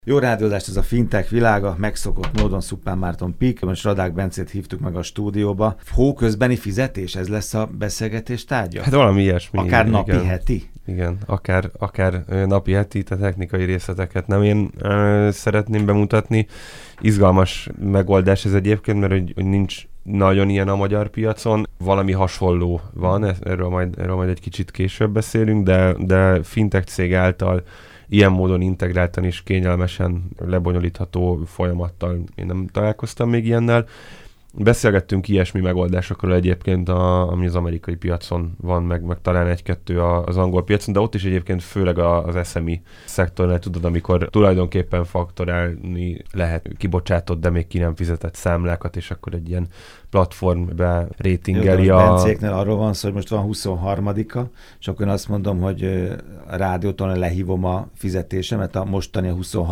Jó rádiózást, ez a fintech világa, megszokott módon Szupán Márton Pik, most Radák Bencét hívtuk meg a stúdióba. Hóközbeni fizetés, ez lesz a beszélgetés tárgya? Hát valami ilyesmi. Akár napi, heti? Igen, akár napi, heti, tehát technikai részleteket nem én szeretném bemutatni. Izgalmas megoldás ez egyébként, mert hogy nincs nagyon ilyen a magyar piacon. Valami hasonló van, erről majd egy kicsit később beszélünk, de fintech cég által ilyen módon integráltan és kényelmesen lebonyolítható folyamattal én nem találkoztam még ilyennel. Beszélgettünk ilyesmi megoldásokról egyébként, ami az amerikai piacon van, meg talán egy-kettő az angol piacon, de ott is egyébként főleg az SME szektornál tudod, amikor tulajdonképpen faktorálni lehet kibocsátott, de még ki nem fizetett számlákat, és akkor egy ilyen platform ratingeli a... Bencéknél arról van szó, hogy most van 23-a, és akkor én azt mondom, hogy a rádiótól lehívom a fizetésemet, a mostani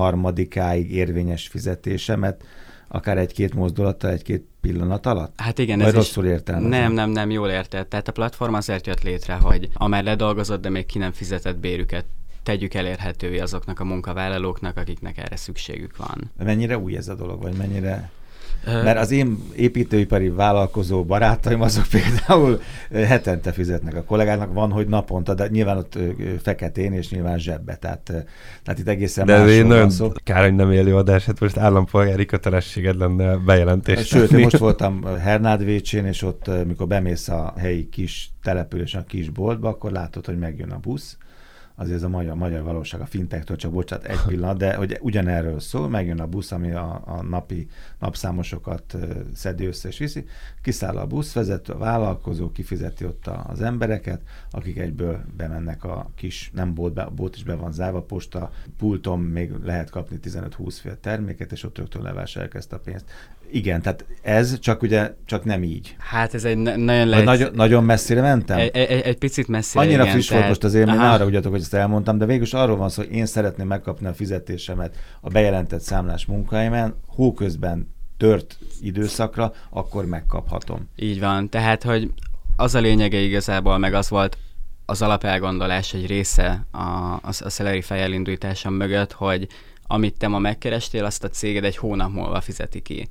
23-áig érvényes fizetésemet, akár egy-két mozdulattal, egy-két pillanat alatt? Hát igen, vagy ez rosszul is... értelmezem? Nem, jól érted. Tehát a platform azért jött létre, hogy a már ledolgozott, de még ki nem fizetett bérüket tegyük elérhetővé azoknak a munkavállalóknak, akiknek erre szükségük van. Mennyire új ez a dolog, vagy mennyire... Mert az én építőipari vállalkozó barátaim, azok például hetente fizetnek a kollégának, van, hogy naponta, de nyilván ott feketén és nyilván zsebbe, tehát itt egészen másról van szó. Kár, hogy nem élő adás, hát most állampolgári kötelességed lenne bejelentést. Sőt, én most voltam Hernádvécsén, és ott, mikor bemész a helyi kis településen, a kis boltba, akkor látod, hogy megjön a busz. Azért ez a magyar valóság, a fintechtől, csak bocsánat, egy pillanat, de hogy ugyanerről szól, megjön a busz, ami a napi napszámosokat szedi össze és viszi, kiszáll a buszvezető, a vállalkozó, kifizeti ott az embereket, akik egyből bemennek a kis, nem boltba, a bolt is be van zárva, posta pulton még lehet kapni 15-20 fél terméket, és ott rögtön levásárolják ezt a pénzt. Igen, tehát ez csak nem így. Hát ez egy nagyon nagyon messzire mentem? Egy picit messzire, annyira igen, friss volt most az élmény, arra ugyatok, hogy ezt elmondtam, de végülis arról van szó, hogy én szeretném megkapni a fizetésemet a bejelentett számlás munkahelyemen, hóközben tört időszakra, akkor megkaphatom. Így van, tehát, hogy az a lényege igazából, meg az volt az alapelgondolás egy része a Celerify elindítása mögött, hogy amit te ma megkerestél, azt a céged egy hónap múlva fizeti ki.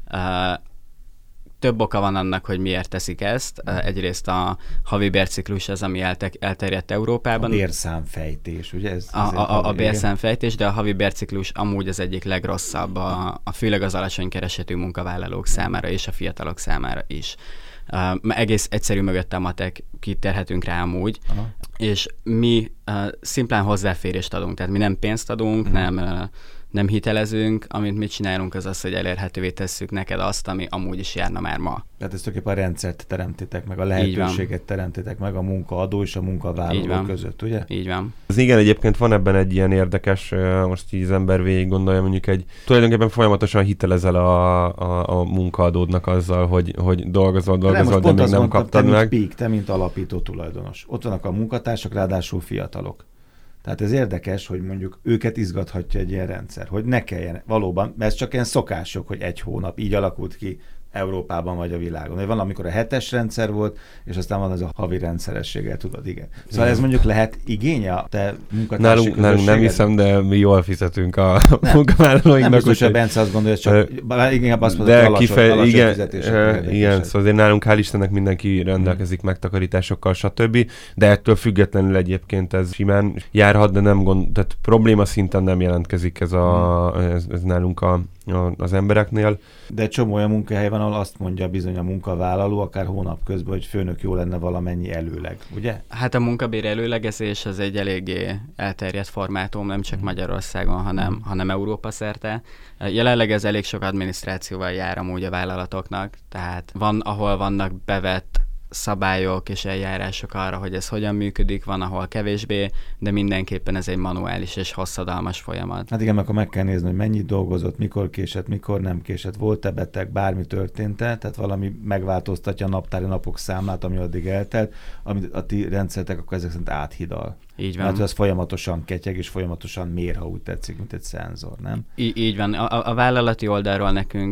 Több oka van annak, hogy miért teszik ezt. Egyrészt a havi bérciklus az, ami elterjedt Európában. A bérszámfejtés, ugye? A bérszámfejtés, de a havi bérciklus amúgy az egyik legrosszabb, főleg az alacsony keresetű munkavállalók számára és a fiatalok számára is. Egész egyszerű mögött a matek, kitérhetünk rá amúgy, és mi szimplán hozzáférést adunk, tehát mi nem pénzt adunk, nem hitelezünk, amit mi csinálunk az, hogy elérhetővé tesszük neked azt, ami amúgy is járna már ma. Tehát ezt tulajdonképpen a rendszert teremtitek meg, a lehetőséget teremtitek meg a munkaadó és a munkavállaló között, ugye? Így van. Az igen, egyébként van ebben egy ilyen érdekes, most így az ember végig gondolja, mondjuk tulajdonképpen folyamatosan hitelezel a munkaadódnak azzal, hogy dolgozol, de még nem kaptad meg. Te mint alapító tulajdonos. Ott vannak a munkatársak, ráadásul fiatalok. Tehát ez érdekes, hogy mondjuk őket izgathatja egy ilyen rendszer, hogy ne kelljen valóban, mert ez csak ilyen szokások, hogy egy hónap így alakult ki Európában vagy a világon. Van, amikor a 7-es rendszer volt, és aztán van az a havi rendszerességgel, tudod, igen. Szóval ez mondjuk lehet igénye a te munkatársi nálunk nem hiszem, de mi jól fizetünk a munkavállalóinknak. Nem biztos, hogy Bence azt gondolja, hogy csak inkább azt mondod, hogy alacsony fizetések. Igen, szóval azért nálunk hál' Istennek mindenki rendelkezik megtakarításokkal, stb. De ettől függetlenül egyébként ez simán járhat, de tehát probléma szinten nem jelentkezik ez nálunk az embereknél. De csomó olyan munkahely van, ahol azt mondja bizony a munkavállaló, akár hónap közben, hogy főnök jó lenne valamennyi előleg, ugye? Hát a munkabér előlegezés az egy eléggé elterjedt formátum, nem csak Magyarországon, hanem Európa szerte. Jelenleg ez elég sok adminisztrációval jár amúgy a vállalatoknak, tehát van, ahol vannak bevett szabályok és eljárások arra, hogy ez hogyan működik, van, ahol kevésbé, de mindenképpen ez egy manuális és hosszadalmas folyamat. Hát igen, akkor meg kell nézni, hogy mennyit dolgozott, mikor késett, mikor nem késett, volt-e beteg, bármi történt-e, tehát valami megváltoztatja a naptári napok számlát, ami addig eltelt, amit a ti rendszertek akkor ezek szerint áthidal. Így van. Mert az folyamatosan ketyeg, és folyamatosan mér, ha úgy tetszik, mint egy szenzor, nem? Így van. A vállalati oldalról nekünk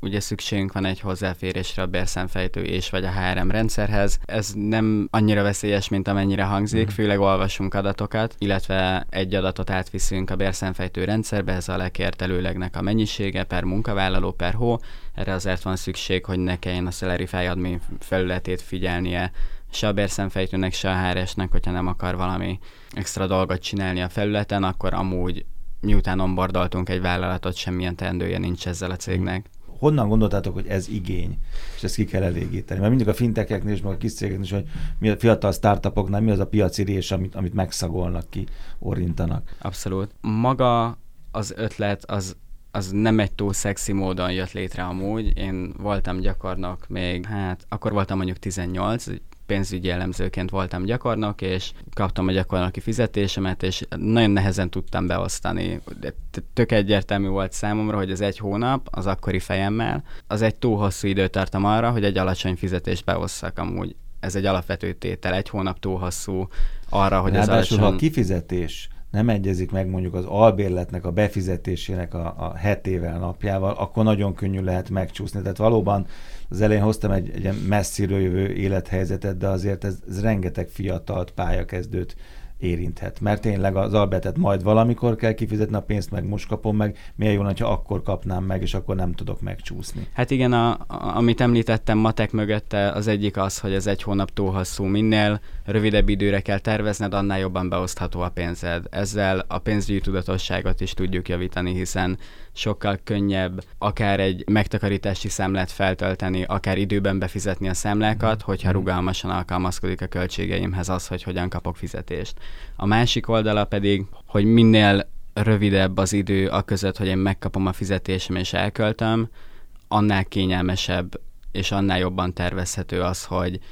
ugye szükségünk van egy hozzáférésre a bérszámfejtő és vagy a HRM rendszerhez. Ez nem annyira veszélyes, mint amennyire hangzik, főleg olvasunk adatokat, illetve egy adatot átviszünk a bérszámfejtő rendszerbe, ez a lekért előlegnek a mennyisége per munkavállaló per hó. Erre azért van szükség, hogy ne kelljen a Salarify admin felületét figyelnie se a bérszámfejtőnek, se a HRS-nek, hogyha nem akar valami extra dolgot csinálni a felületen, akkor amúgy miután onboardoltunk egy vállalatot, semmilyen teendője nincs ezzel a cégnek. Honnan gondoltátok, hogy ez igény, és ezt ki kell elégíteni? Mert mindig a fintekeknél és meg a kis cégeknél is, hogy mi a fiatal startupoknál mi az a piaci rés, amit megszagolnak ki, orrintanak. Abszolút. Maga az ötlet az nem egy túl szexi módon jött létre amúgy. Én voltam gyakornok még, akkor voltam mondjuk 18, pénzügyi elemzőként voltam gyakornok, és kaptam a gyakornoki fizetésemet, és nagyon nehezen tudtam beosztani. Tök egyértelmű volt számomra, hogy az egy hónap, az akkori fejemmel, az egy túl hosszú időtartam arra, hogy egy alacsony fizetést beosszak amúgy. Ez egy alapvető tétel, egy hónap túl hosszú arra, hogy az alacsony... Ha a kifizetés nem egyezik meg mondjuk az albérletnek a befizetésének a hetével, napjával, akkor nagyon könnyű lehet megcsúszni. Tehát valóban az elején hoztam egy ilyen messziről jövő élethelyzetet, de azért ez rengeteg fiatalt pályakezdőt érinthet. Mert tényleg az albérletet majd valamikor kell kifizetni, a pénzt meg most kapom meg, milyen jó, ha akkor kapnám meg, és akkor nem tudok megcsúszni. Hát igen, amit említettem matek mögötte, az egyik az, hogy ez egy hónap túl hosszú. Minél rövidebb időre kell tervezned, annál jobban beosztható a pénzed. Ezzel a pénzügyi tudatosságot is tudjuk javítani, hiszen sokkal könnyebb akár egy megtakarítási számlát feltölteni, akár időben befizetni a számlákat, hogyha rugalmasan alkalmazkodik a költségeimhez az, hogy hogyan kapok fizetést. A másik oldala pedig, hogy minél rövidebb az idő aközött, hogy én megkapom a fizetésem és elköltöm, annál kényelmesebb és annál jobban tervezhető az,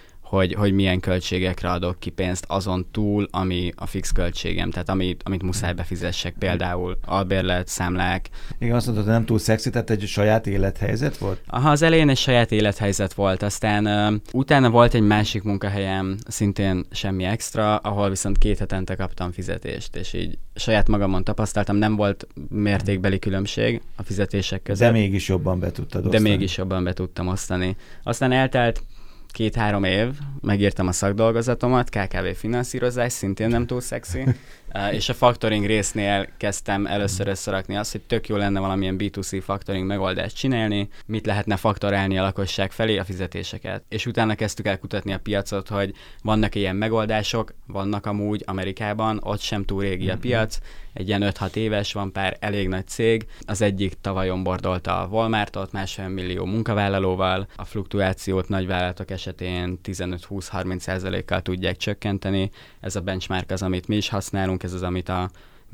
hogy milyen költségekre adok ki pénzt azon túl, ami a fix költségem, tehát amit muszáj befizessek, például albérlet, számlák. Igen, azt mondtad, hogy nem túl szexi, tehát egy saját élethelyzet volt? Aha, az elején egy saját élethelyzet volt, aztán utána volt egy másik munkahelyem, szintén semmi extra, ahol viszont 2 hetente kaptam fizetést, és így saját magamon tapasztaltam, nem volt mértékbeli különbség a fizetések között. De mégis jobban be tudtad osztani. De mégis jobban be tudtam osztani. Aztán eltelt 2-3 év, megírtam a szakdolgozatomat, KKV finanszírozás, szintén nem túl szexi, és a factoring résznél kezdtem először összerakni azt, hogy tök jó lenne valamilyen B2C factoring megoldást csinálni, mit lehetne faktorálni a lakosság felé, a fizetéseket. És utána kezdtük el kutatni a piacot, hogy vannak ilyen megoldások, vannak amúgy Amerikában, ott sem túl régi a piac, egy ilyen 5-6 éves, van pár elég nagy cég, az egyik tavaly onboardolta a Walmartot 1,5 millió munkavállalóval, a fluktuációt nagyvállalatok esetén 15-20-30%-kal tudják csökkenteni, ez a benchmark az, amit mi is használunk, ez az, amit a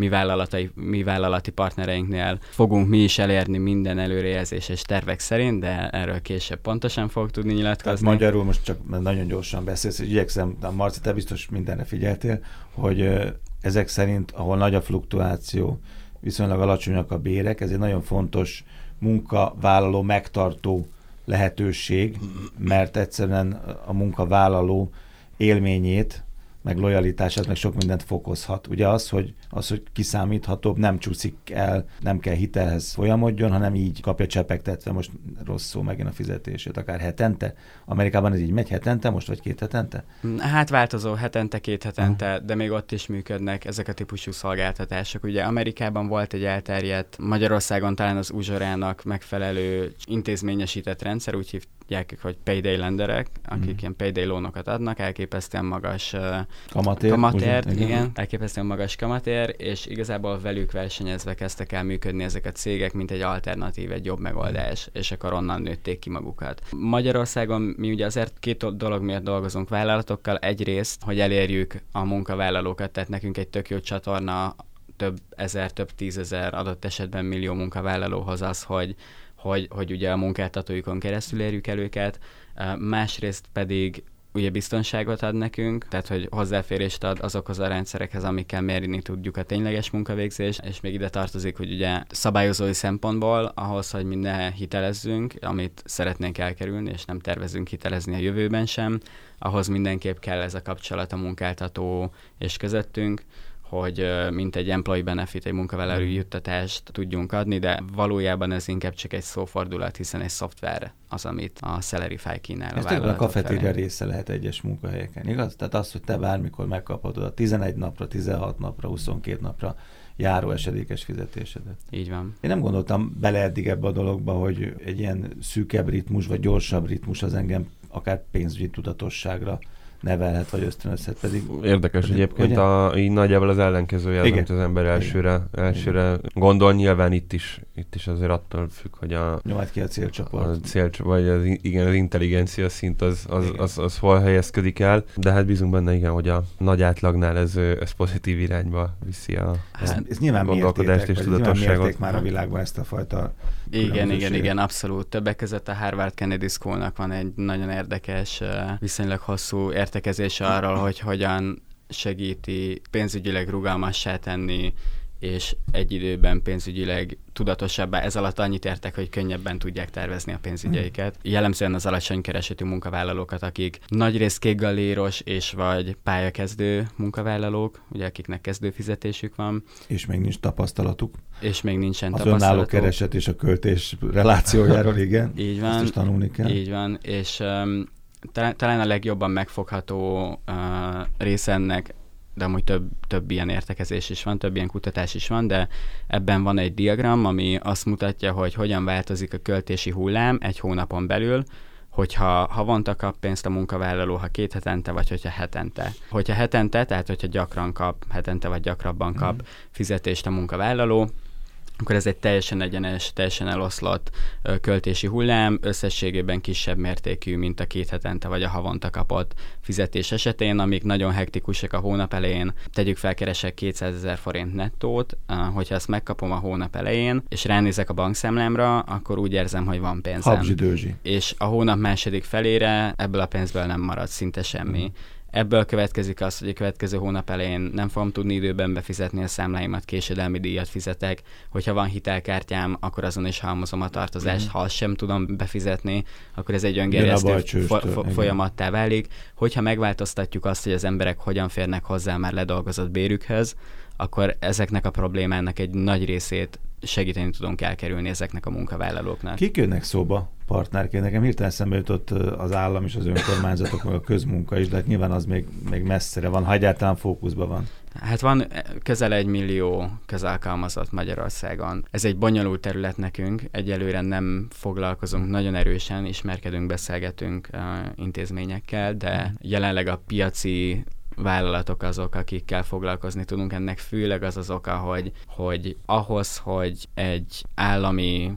mi vállalati partnereinknél fogunk mi is elérni minden előrejelzés és tervek szerint, de erről később pontosan fog tudni nyilatkozni. Tehát magyarul most csak nagyon gyorsan beszélsz, hogy igyekszem, Marci, te biztos mindenre figyeltél, hogy ezek szerint, ahol nagy a fluktuáció, viszonylag alacsonyak a bérek, ez egy nagyon fontos munkavállaló megtartó lehetőség, mert egyszerűen a munkavállaló élményét, meg lojalitását, meg sok mindent fokozhat. Ugye az, hogy kiszámíthatóbb, nem csúszik el, nem kell hitelhez folyamodjon, hanem így kapja csepegtetve, most rossz szó megint a fizetését, akár hetente. Amerikában ez így megy hetente, most vagy 2 hetente? Hát változó, hetente, 2 hetente, de még ott is működnek ezek a típusú szolgáltatások. Ugye Amerikában volt egy elterjedt, Magyarországon talán az uzsorának megfelelő intézményesített rendszer, úgy hívják, hogy payday lenderek, akik ilyen payday loanokat adnak, elképesztően magas kamatér, igen, elképesztően magas kamatér, és igazából velük versenyezve kezdtek el működni ezek a cégek, mint egy alternatív, egy jobb megoldás, és akkor onnan nőtték ki magukat. Magyarországon mi ugye azért 2 dolog miatt dolgozunk vállalatokkal, egyrészt, hogy elérjük a munkavállalókat, tehát nekünk egy tök jó csatorna, több ezer, több 10 000, adott esetben millió munkavállalóhoz az, hogy ugye a munkáltatóikon keresztül érjük el őket, másrészt pedig ugye biztonságot ad nekünk, tehát hogy hozzáférést ad azokhoz a rendszerekhez, amikkel mérni tudjuk a tényleges munkavégzést, és még ide tartozik, hogy ugye szabályozói szempontból ahhoz, hogy mi ne hitelezzünk, amit szeretnénk elkerülni, és nem tervezünk hitelezni a jövőben sem, ahhoz mindenképp kell ez a kapcsolat a munkáltató és közöttünk, hogy mint egy employee benefit, egy munkavállalói juttatást tudjunk adni, de valójában ez inkább csak egy szófordulat, hiszen egy szoftver az, amit a Salarify kínál. Ez tényleg a kafetéria része lehet egyes munkahelyeken, igaz? Tehát az, hogy te bármikor megkapod a 11 napra, 16 napra, 22 napra járó esedékes fizetésedet. Így van. Én nem gondoltam bele eddig ebbe a dologba, hogy egy ilyen szűkebb ritmus, vagy gyorsabb ritmus az engem akár pénzügyi tudatosságra nevelhet, vagy ösztönözhet, pedig... Érdekes egyébként, így nagyjából az ellenkezője az, amit az ember elsőre gondol. Nyilván itt is azért attól függ, hogy nyomát ki a célcsoport. Vagy az intelligencia szint az hol helyezkedik el, de hát bízunk benne, igen, hogy a nagy átlagnál ez pozitív irányba viszi a ez nyilván gondolkodást és tudatosságot. Mérték már a világban ezt a fajta... Igen, abszolút. Többek között a Harvard Kennedy Schoolnak van egy nagyon érdekes, viszonylag hosszú értekezés arról, hogy hogyan segíti pénzügyileg rugalmassá tenni, és egy időben pénzügyileg tudatosabbá. Ez alatt annyit értek, hogy könnyebben tudják tervezni a pénzügyeiket. Jellemzően az alacsony keresetű munkavállalókat, akik nagyrészt kékgalléros és vagy pályakezdő munkavállalók, ugye akiknek kezdőfizetésük van. És még nincs tapasztalatuk. És még nincsen az tapasztalatuk. Az önálló kereset és a költés relációjáról, igen. Így van. Ezt is tanulni kell. Így van, és talán a legjobban megfogható része ennek, de amúgy több ilyen értekezés is van, több ilyen kutatás is van, de ebben van egy diagram, ami azt mutatja, hogy hogyan változik a költési hullám egy hónapon belül, hogyha havonta kap pénzt a munkavállaló, ha 2 hetente, vagy hogyha hetente. Hogyha hetente, tehát hogyha gyakran kap, hetente vagy gyakrabban kap fizetést a munkavállaló, akkor ez egy teljesen egyenes, teljesen eloszlott költési hullám, összességében kisebb mértékű, mint a 2 hetente vagy a havonta kapott fizetés esetén, amik nagyon hektikusak a hónap elején. Tegyük fel, keresek 200 000 forint nettót, hogyha ezt megkapom a hónap elején, és ránézek a bankszámlámra, akkor úgy érzem, hogy van pénzem. Habzsidőzsi. És a hónap második felére ebből a pénzből nem marad szinte semmi. Ebből következik az, hogy a következő hónap elején nem fogom tudni időben befizetni a számláimat, késedelmi díjat fizetek. Hogyha van hitelkártyám, akkor azon is halmozom a tartozást. Ha azt sem tudom befizetni, akkor ez egy öngerjesztő folyamattá válik. Hogyha megváltoztatjuk azt, hogy az emberek hogyan férnek hozzá már ledolgozott bérükhöz, akkor ezeknek a problémának egy nagy részét segíteni tudunk elkerülni ezeknek a munkavállalóknak. Kik jönnek szóba partnerként? Nekem hirtelen szembe jutott az állam és az önkormányzatok, meg a közmunka is, de hát nyilván az még messzire van, ha egyáltalán fókuszban van. Hát van közel 1 millió közalkalmazott Magyarországon. Ez egy bonyolult terület nekünk, egyelőre nem foglalkozunk nagyon erősen, ismerkedünk, beszélgetünk intézményekkel, de jelenleg a piaci vállalatok azok, akikkel foglalkozni tudunk. Ennek főleg az oka, hogy ahhoz, hogy egy állami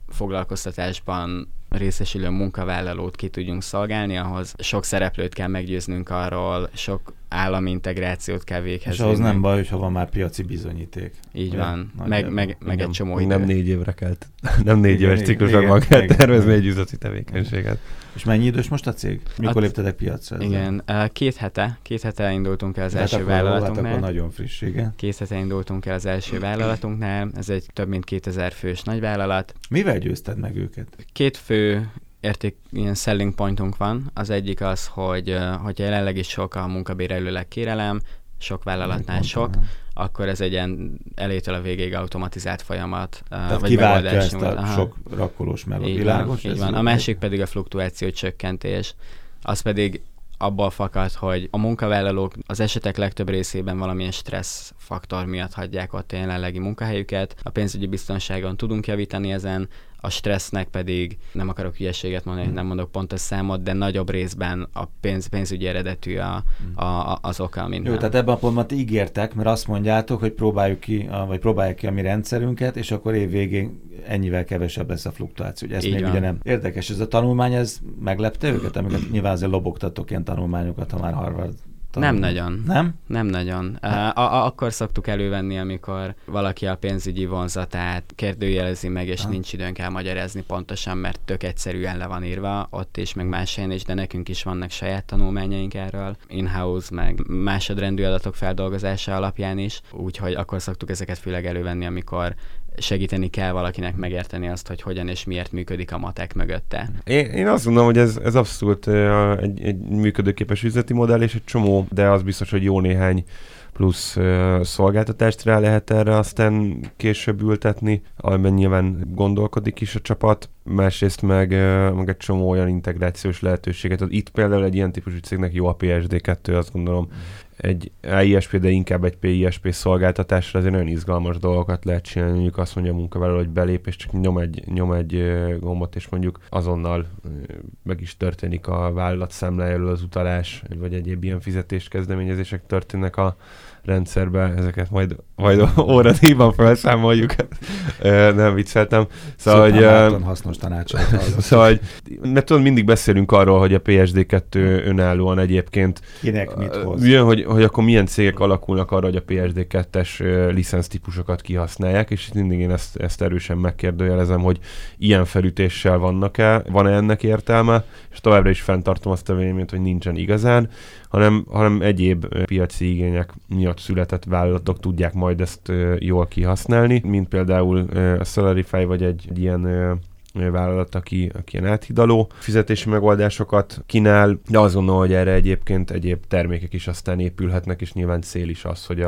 foglalkoztatásban részesülő munkavállalót ki tudjunk szolgálni, ahhoz sok szereplőt kell meggyőznünk arról, sok állami integrációt kell véghez. És ahhoz nem baj, hogyha van már piaci bizonyíték. Így van, meg egy csomó idő. Nem 4 évre kell, nem 4 éves ciklusokban kell tervezni egy üzleti tevékenységet. És mennyi idős most a cég? Mikor léptetek piacra? Igen, 2 hete indultunk el az első vállalatunknál. Hát akkor nagyon friss, igen. 2 hete indultunk el az első vállalatunknál, ez egy több mint 2000 fős nagyvállalat. Mivel győzted meg őket? 2 fő ilyen selling pointunk van. Az egyik az, hogy jelenleg is sok a munkabérelőleg kérelem, sok vállalatnál sok, akkor ez egy ilyen elétől a végéig automatizált folyamat. Tehát kiváltja ezt a sok rakkolós melót. Világos? Így van. A másik pedig a fluktuáció csökkentés. Az pedig abból fakad, hogy a munkavállalók az esetek legtöbb részében valamilyen stressz faktor miatt hagyják ott a jelenlegi munkahelyüket. A pénzügyi biztonságon tudunk javítani ezen, a stressznek pedig, nem akarok hülyeséget mondani, nem mondok pontos számot, de nagyobb részben a pénzügyi eredetű az oka, mint Jó, tehát ebben a pontban ígértek, mert azt mondjátok, hogy próbálják ki a mi rendszerünket, és akkor év végén ennyivel kevesebb lesz a fluktuáció. Ezt így még van. Ugye nem. Érdekes, ez a tanulmány, ez meglepte őket, amiket nyilván azért lobogtatok ilyen tanulmányokat, ha már Harvard Nem nagyon. Nem? Nem nagyon. Akkor szoktuk elővenni, amikor valaki a pénzügyi vonzatát kérdőjelezi meg, és nincs időnk elmagyarázni pontosan, mert tök egyszerűen le van írva, ott is, meg más helyen is, de nekünk is vannak saját tanulmányaink erről, in-house, meg másodrendű adatok feldolgozása alapján is, úgyhogy akkor szoktuk ezeket főleg elővenni, amikor segíteni kell valakinek megérteni azt, hogy hogyan és miért működik a matek mögötte. Én azt gondolom, hogy ez abszolút egy működőképes üzleti modell, és egy csomó, de az biztos, hogy jó néhány plusz szolgáltatást rá lehet erre aztán később ültetni, amiben nyilván gondolkodik is a csapat, másrészt meg egy csomó olyan integrációs lehetőséget. Itt például egy ilyen típusú cégnek jó a PSD2, azt gondolom, egy AISP, de inkább egy PISP szolgáltatásra azért nagyon izgalmas dolgokat lehet csinálni, mondjuk azt mondja a munkavállaló, hogy belép, és csak nyom egy gombot, és mondjuk azonnal meg is történik a vállalat számlájáról az utalás, vagy egyéb ilyen fizetéskezdeményezések történnek a rendszerben, ezeket majd óradíjban felszámoljuk. Nem vicceltem. Szóval, hogy hasznos tanácsot. Szóval, mert tudod, mindig beszélünk arról, hogy a PSD2 önállóan egyébként kinek mit hoz. Jön, hogy akkor milyen cégek alakulnak arra, hogy a PSD2-es licensztípusokat kihasználják, és mindig én ezt erősen megkérdőjelezem, hogy ilyen felütéssel van-e ennek értelme, és továbbra is fenntartom azt a véleményt, hogy nincsen igazán, hanem egyéb piaci igények miatt született vállalatok tudják majd ezt jól kihasználni, mint például a Salarify, vagy egy ilyen vállalat, aki ilyen áthidaló fizetési megoldásokat kínál, de azt gondolom, hogy erre egyébként egyéb termékek is aztán épülhetnek, és nyilván cél is az, hogy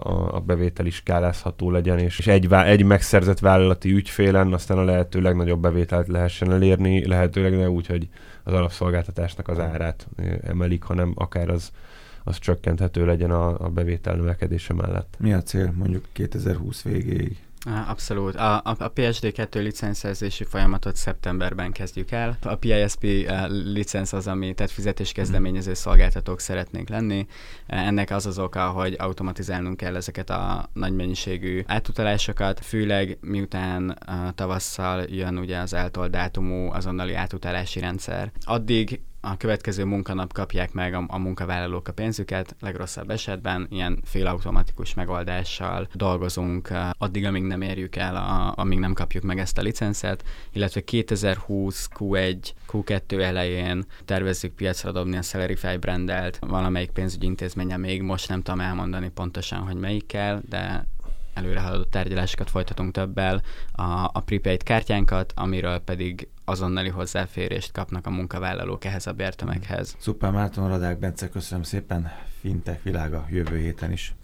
a bevétel is skálázható legyen, és egy megszerzett vállalati ügyfélen aztán a lehető legnagyobb bevételt lehessen elérni, lehetőleg ne úgy, hogy az alapszolgáltatásnak az árát emelik, hanem akár az csökkenthető legyen a bevétel növekedése mellett. Mi a cél mondjuk 2020 végéig? Abszolút. A PSD2 licenszezési folyamatot szeptemberben kezdjük el. A PISP licensz az, ami tehát fizetéskezdeményező szolgáltatók szeretnénk lenni. Ennek az oka, hogy automatizálnunk kell ezeket a nagy mennyiségű átutalásokat, főleg miután tavasszal jön ugye az eltolt dátumú azonnali átutalási rendszer. Addig a következő munkanap kapják meg a munkavállalók a pénzüket, legrosszabb esetben ilyen félautomatikus megoldással dolgozunk addig, amíg nem érjük el, amíg nem kapjuk meg ezt a licenszet, illetve 2020 Q1, Q2 elején tervezzük piacra dobni a Salarify brandelt valamelyik pénzügyi intézménye, még most nem tudom elmondani pontosan, hogy melyikkel, de előrehaladott tárgyalásokat folytatunk többel, a prepaid kártyánkat, amiről pedig azonnali hozzáférést kapnak a munkavállalók ehhez a bértömeghez. Szuper, Márton, Radák Bence, köszönöm szépen, Fintech világa jövő héten is.